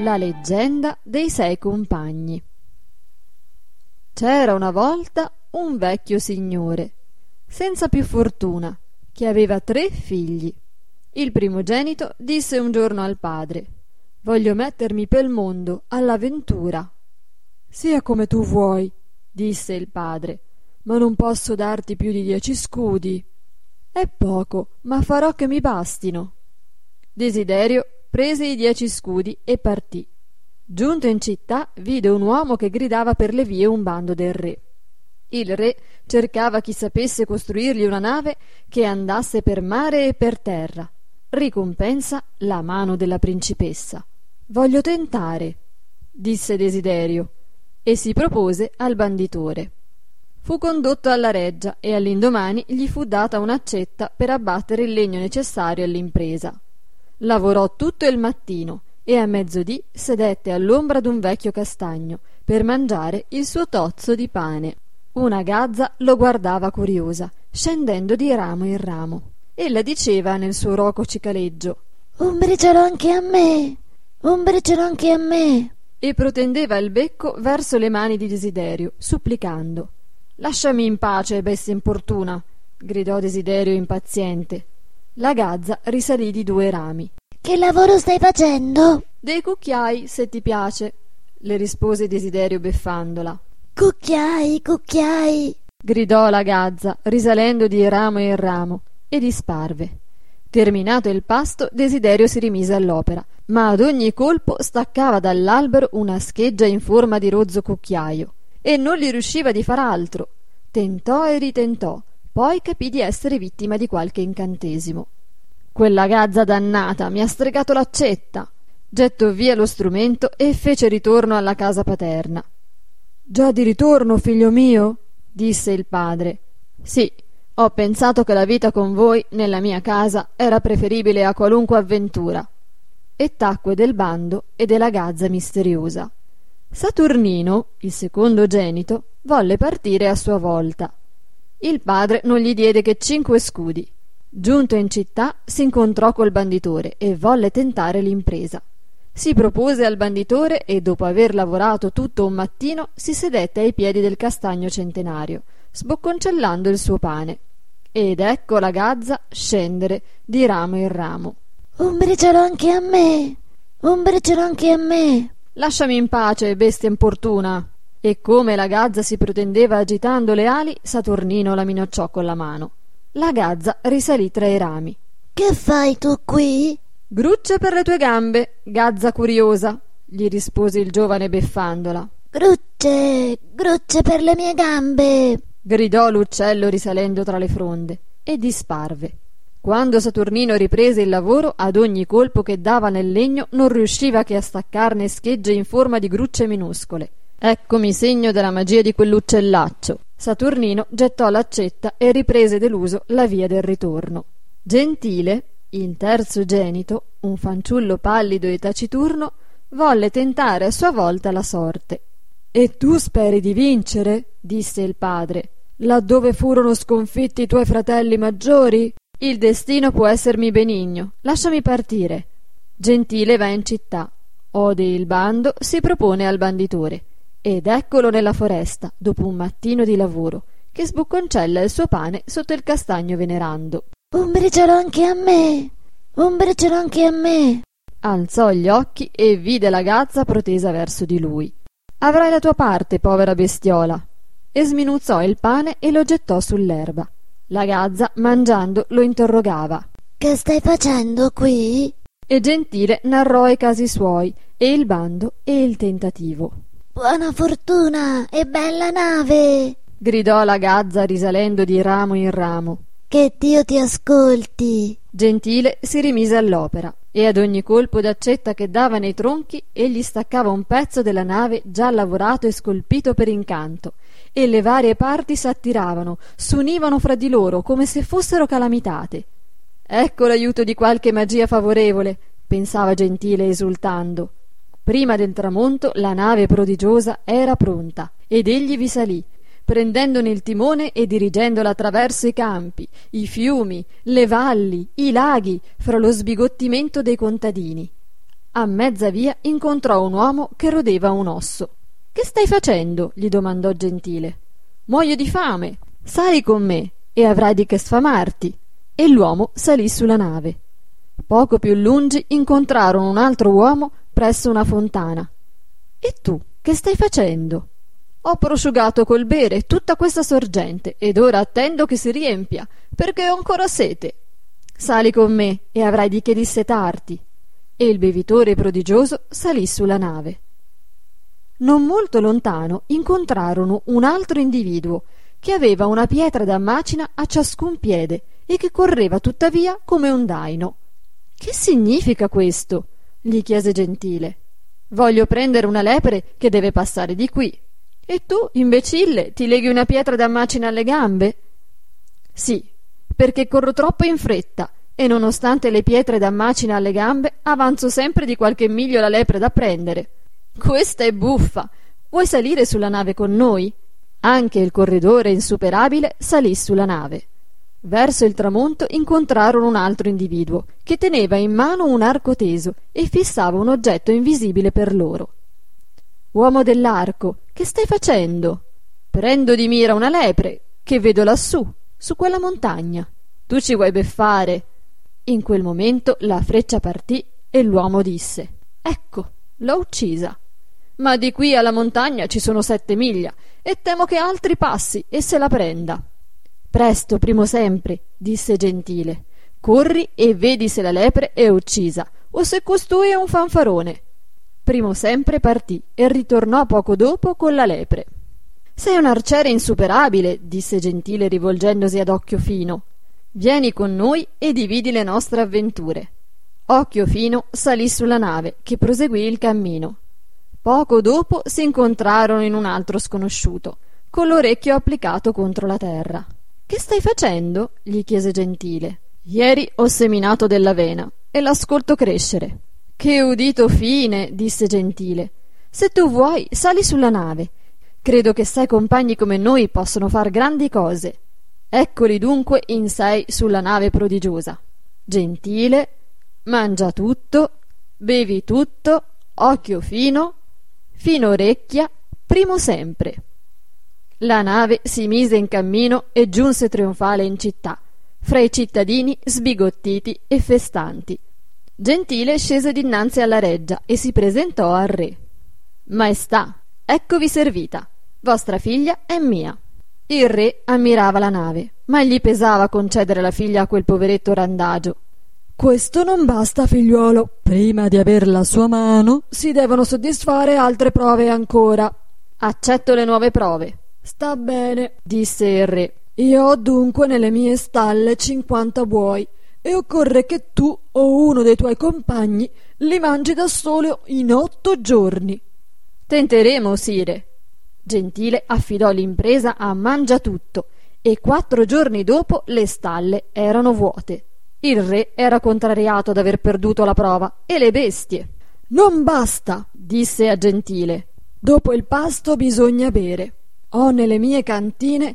La leggenda dei 6 compagni. C'era una volta un vecchio signore, senza più fortuna, che aveva 3 figli. Il primogenito disse un giorno al padre: «Voglio mettermi pel mondo all'avventura». «Sia come tu vuoi», disse il padre, «ma non posso darti più di 10 scudi». «È poco, ma farò che mi bastino». Desiderio prese i 10 scudi e partì. Giunto in città vide un uomo che gridava per le vie un bando del re. Il re cercava chi sapesse costruirgli una nave che andasse per mare e per terra. Ricompensa la mano della principessa. «Voglio tentare», disse Desiderio, e si propose al banditore. Fu condotto alla reggia e all'indomani gli fu data un'accetta per abbattere il legno necessario all'impresa. Lavorò tutto il mattino e a mezzodì sedette all'ombra d'un vecchio castagno per mangiare il suo tozzo di pane. Una gazza lo guardava curiosa, scendendo di ramo in ramo. Ella diceva nel suo roco cicaleggio: «Un briciolo anche a me! Un briciolo anche a me!» e protendeva il becco verso le mani di Desiderio, supplicando. «Lasciami in pace, bestia importuna!» gridò Desiderio impaziente. La gazza risalì di 2 rami. «Che lavoro stai facendo?» «Dei cucchiai, se ti piace», le rispose Desiderio beffandola. «Cucchiai, cucchiai!» gridò la gazza, risalendo di ramo in ramo, e disparve. Terminato il pasto, Desiderio si rimise all'opera, ma ad ogni colpo staccava dall'albero una scheggia in forma di rozzo cucchiaio, e non gli riusciva di far altro. Tentò e ritentò, poi capì di essere vittima di qualche incantesimo. «Quella gazza dannata mi ha stregato l'accetta!» Gettò via lo strumento e fece ritorno alla casa paterna. «Già di ritorno, figlio mio?» disse il padre. «Sì, ho pensato che la vita con voi nella mia casa era preferibile a qualunque avventura». E tacque del bando e della gazza misteriosa. Saturnino, il secondogenito, volle partire a sua volta. Il padre non gli diede che 5 scudi. Giunto in città s'incontrò col banditore e volle tentare l'impresa. Si propose al banditore e dopo aver lavorato tutto un mattino si sedette ai piedi del castagno centenario, sbocconcellando il suo pane. Ed ecco la gazza scendere di ramo in ramo. «Un briciolo anche a me! Un briciolo anche a me!» «Lasciami in pace, bestia importuna!» E come la gazza si protendeva agitando le ali, Saturnino la minacciò con la mano. La gazza risalì tra i rami. «Che fai tu qui?» «Grucce per le tue gambe, gazza curiosa», gli rispose il giovane beffandola. «Grucce, grucce per le mie gambe!» gridò l'uccello risalendo tra le fronde, e disparve. Quando Saturnino riprese il lavoro, ad ogni colpo che dava nel legno non riusciva che a staccarne schegge in forma di grucce minuscole. «Eccomi segno della magia di quell'uccellaccio». Saturnino gettò l'accetta e riprese deluso la via del ritorno. Gentile, il terzogenito, un fanciullo pallido e taciturno, volle tentare a sua volta la sorte. «E tu speri di vincere?» disse il padre, «laddove furono sconfitti i tuoi fratelli maggiori?» «Il destino può essermi benigno, lasciami partire». Gentile va in città, ode il bando, si propone al banditore, ed eccolo nella foresta, dopo un mattino di lavoro, che sbocconcella il suo pane sotto il castagno venerando. «Un briciolo anche a me! Un briciolo anche a me!» Alzò gli occhi e vide la gazza protesa verso di lui. «Avrai la tua parte, povera bestiola!» E sminuzzò il pane e lo gettò sull'erba. La gazza, mangiando, lo interrogava. «Che stai facendo qui?» E Gentile narrò i casi suoi, e il bando e il tentativo. «Buona fortuna e bella nave!» gridò la gazza risalendo di ramo in ramo. «Che Dio ti ascolti!» Gentile si rimise all'opera, e ad ogni colpo d'accetta che dava nei tronchi egli staccava un pezzo della nave già lavorato e scolpito per incanto, e le varie parti s'attiravano, s'univano fra di loro come se fossero calamitate. «Ecco l'aiuto di qualche magia favorevole», pensava Gentile esultando. Prima del tramonto la nave prodigiosa era pronta, ed egli vi salì, prendendone il timone e dirigendola attraverso i campi, i fiumi, le valli, i laghi, fra lo sbigottimento dei contadini. A mezza via incontrò un uomo che rodeva un osso. «Che stai facendo?» gli domandò Gentile. «Muoio di fame. Sali con me e avrai di che sfamarti». E l'uomo salì sulla nave. Poco più lungi incontrarono un altro uomo presso una fontana. «E tu che stai facendo?» «Ho prosciugato col bere tutta questa sorgente ed ora attendo che si riempia, perché ho ancora sete». «Sali con me e avrai di che dissetarti». E il bevitore prodigioso salì sulla nave. Non molto lontano incontrarono un altro individuo che aveva una pietra da macina a ciascun piede e che correva tuttavia come un daino. «Che significa questo?» gli chiese Gentile. «Voglio prendere una lepre che deve passare di qui. E tu, imbecille, ti leghi una pietra da macina alle gambe?» «Sì, perché corro troppo in fretta e nonostante le pietre da macina alle gambe avanzo sempre di qualche miglio la lepre da prendere». «Questa è buffa! Vuoi salire sulla nave con noi?» Anche il corridore insuperabile salì sulla nave. Verso il tramonto incontrarono un altro individuo che teneva in mano un arco teso e fissava un oggetto invisibile per loro. «Uomo dell'arco, che stai facendo?» «Prendo di mira una lepre che vedo lassù, su quella montagna». «Tu ci vuoi beffare?» In quel momento la freccia partì e l'uomo disse: «Ecco, l'ho uccisa. Ma di qui alla montagna ci sono 7 miglia e temo che altri passi e se la prenda». «Presto, primo sempre», disse Gentile. «Corri e vedi se la lepre è uccisa o se costui è un fanfarone». Primo sempre partì e ritornò poco dopo con la lepre. «Sei un arciere insuperabile», disse Gentile rivolgendosi ad Occhiofino. «Vieni con noi e dividi le nostre avventure». Occhiofino salì sulla nave che proseguì il cammino. Poco dopo si incontrarono in un altro sconosciuto, con l'orecchio applicato contro la terra. «Che stai facendo?» gli chiese Gentile. «Ieri ho seminato dell'avena e l'ascolto crescere». «Che udito fine!» disse Gentile. «Se tu vuoi, sali sulla nave. Credo che 6 compagni come noi possono far grandi cose». Eccoli dunque in 6 sulla nave prodigiosa. Gentile, mangia tutto, bevi tutto, Occhiofino, Fino Orecchia, primo sempre. La nave si mise in cammino e giunse trionfale in città, fra i cittadini sbigottiti e festanti. Gentile scese dinanzi alla reggia e si presentò al re. «Maestà, eccovi servita. Vostra figlia è mia». Il re ammirava la nave, ma gli pesava concedere la figlia a quel poveretto randagio. «Questo non basta, figliuolo. Prima di aver la sua mano si devono soddisfare altre prove ancora». «Accetto le nuove prove». «Sta bene», disse il re. «Io ho dunque nelle mie stalle 50 buoi e occorre che tu o uno dei tuoi compagni li mangi da solo in 8 giorni». «Tenteremo, sire». Gentile affidò l'impresa a Mangiatutto e 4 giorni dopo le stalle erano vuote. Il re era contrariato ad aver perduto la prova e le bestie. «Non basta», disse a Gentile. «Dopo il pasto bisogna bere. Ho nelle mie cantine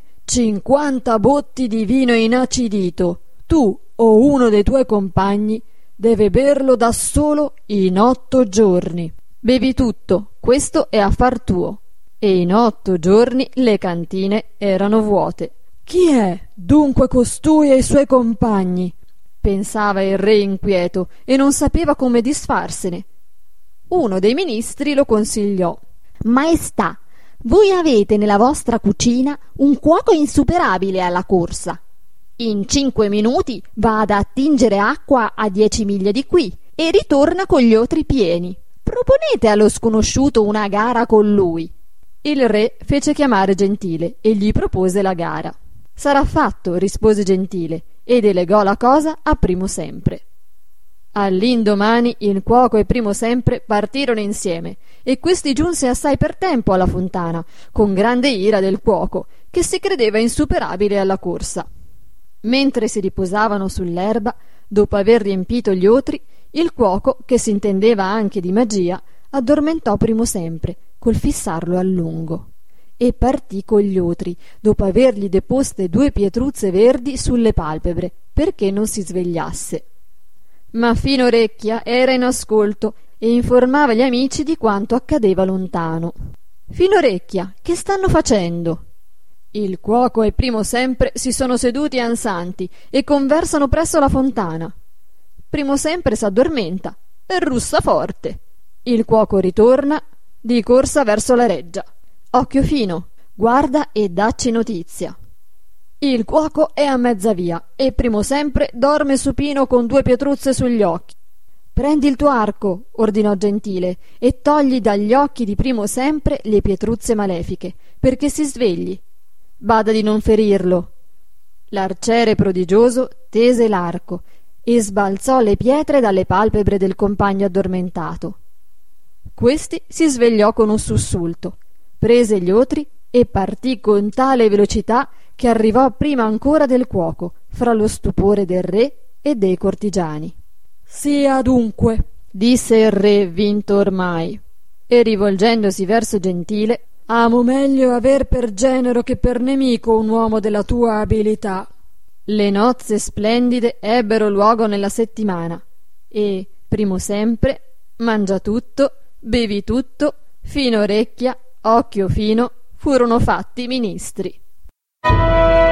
50 botti di vino inacidito. Tu o uno dei tuoi compagni deve berlo da solo in 8 giorni». «Bevi tutto, questo è affar tuo». E in 8 giorni le cantine erano vuote. «Chi è dunque costui e i suoi compagni?» pensava il re inquieto e non sapeva come disfarsene. Uno dei ministri lo consigliò. «Maestà, voi avete nella vostra cucina un cuoco insuperabile alla corsa. In 5 minuti va ad attingere acqua a 10 miglia di qui e ritorna con gli otri pieni. Proponete allo sconosciuto una gara con lui». Il re fece chiamare Gentile e gli propose la gara. «Sarà fatto», rispose Gentile, e delegò la cosa a Primo Sempre. All'indomani il cuoco e Primo Sempre partirono insieme e questi giunse assai per tempo alla fontana, con grande ira del cuoco, che si credeva insuperabile alla corsa. Mentre si riposavano sull'erba, dopo aver riempito gli otri, il cuoco, che si intendeva anche di magia, addormentò Primo Sempre col fissarlo a lungo e partì con gli otri dopo avergli deposte 2 pietruzze verdi sulle palpebre perché non si svegliasse. Ma Fino Orecchia era in ascolto e informava gli amici di quanto accadeva lontano. Filorecchia, che stanno facendo? Il cuoco e Primo Sempre si sono seduti ansanti e conversano presso la fontana. Primo Sempre s'addormenta e russa forte. Il cuoco ritorna di corsa verso la reggia. Occhio Fino, guarda e dacci notizia. Il cuoco è a mezza via e Primo Sempre dorme supino con 2 pietruzze sugli occhi. Prendi il tuo arco, ordinò Gentile, e togli dagli occhi di Primo Sempre le pietruzze malefiche, perché si svegli. Bada di non ferirlo. L'arciere prodigioso tese l'arco e sbalzò le pietre dalle palpebre del compagno addormentato. Questi si svegliò con un sussulto, prese gli otri e partì con tale velocità che arrivò prima ancora del cuoco, fra lo stupore del re e dei cortigiani. «Sia dunque», disse il re vinto ormai, e rivolgendosi verso Gentile: «Amo meglio aver per genero che per nemico un uomo della tua abilità». Le nozze splendide ebbero luogo nella settimana e Primo Sempre, Mangia tutto, bevi tutto, Filorecchia, Occhio Fino furono fatti ministri.